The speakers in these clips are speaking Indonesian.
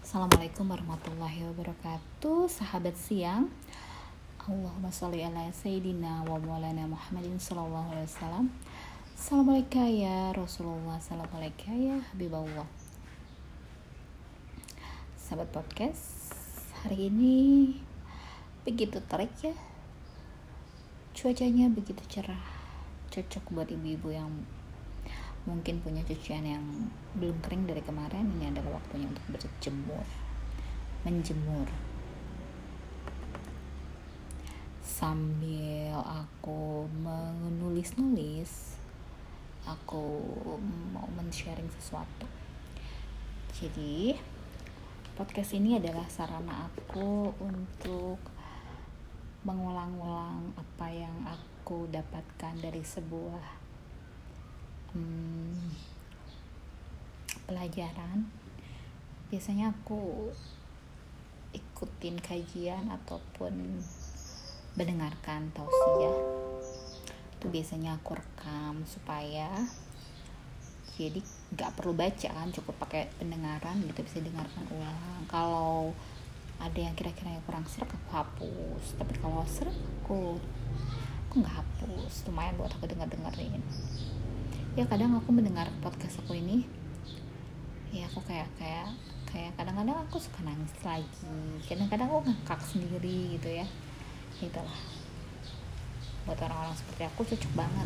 Assalamualaikum warahmatullahi wabarakatuh. Sahabat siang, Allahumma sholli ala sayyidina wa maulana Muhammadin sallallahu alaihi wasallam. Assalamualaikum ya Rasulullah, assalamualaikum ya Habibullah. Sahabat podcast, hari ini begitu terik ya. Cuacanya begitu cerah, cocok buat ibu-ibu yang mungkin punya cucian yang belum kering dari kemarin. Ini adalah waktunya untuk menjemur. Sambil aku menulis, aku mau men-sharing sesuatu. Jadi podcast ini adalah sarana aku untuk mengulang-ulang apa yang aku dapatkan dari sebuah pelajaran. Biasanya aku ikutin kajian ataupun mendengarkan tausiah. Itu biasanya aku rekam supaya jadi gak perlu baca kan, cukup pakai pendengaran gitu, bisa dengarkan ulang. Kalau ada yang kira-kira kurang serak aku hapus, tapi kalau serak aku gak hapus, lumayan buat aku dengerin. Ya kadang aku mendengar podcast aku ini, ya aku kayak kadang-kadang aku suka nangis lagi, kadang-kadang aku ngakak sendiri gitu ya. Itulah, buat orang-orang seperti aku cocok banget.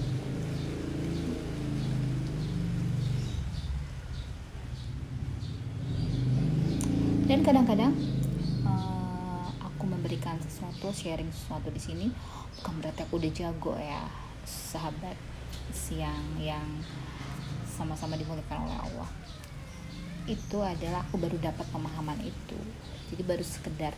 Dan kadang-kadang aku memberikan sesuatu, sharing sesuatu di sini bukan berarti aku udah jago ya, sahabat siang yang sama-sama dimuliakan oleh Allah. Itu adalah aku baru dapat pemahaman itu, jadi baru sekedar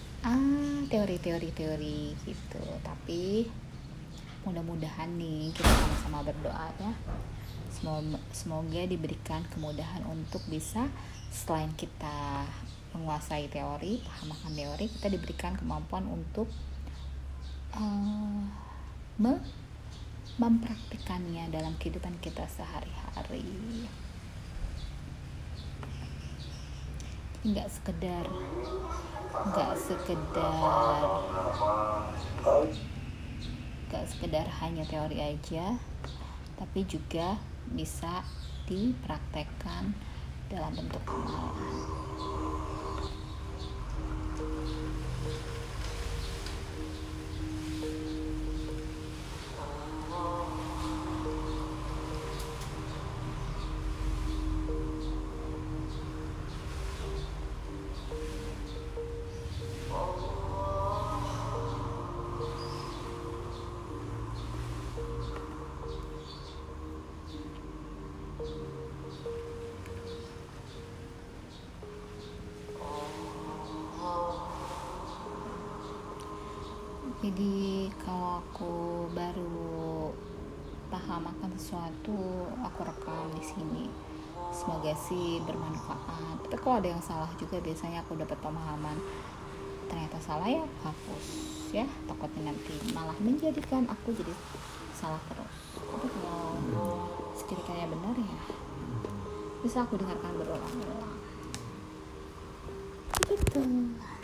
teori gitu. Tapi mudah-mudahan nih kita sama-sama berdoa ya, semoga diberikan kemudahan untuk bisa, selain kita menguasai teori, paham akan teori, kita diberikan kemampuan untuk mempraktikannya dalam kehidupan kita sehari-hari. Nggak sekedar hanya teori aja, tapi juga bisa dipraktekkan dalam bentuk amal. Jadi kalau aku baru paham akan sesuatu, aku rekam di sini. Semoga sih bermanfaat. Tapi kalau ada yang salah juga, biasanya aku dapat pemahaman ternyata salah, ya hapus ya. Takutnya nanti malah menjadikan aku jadi salah terus. Tapi kalau sekiranya benar ya bisa aku dengarkan berulang-ulang. Betul.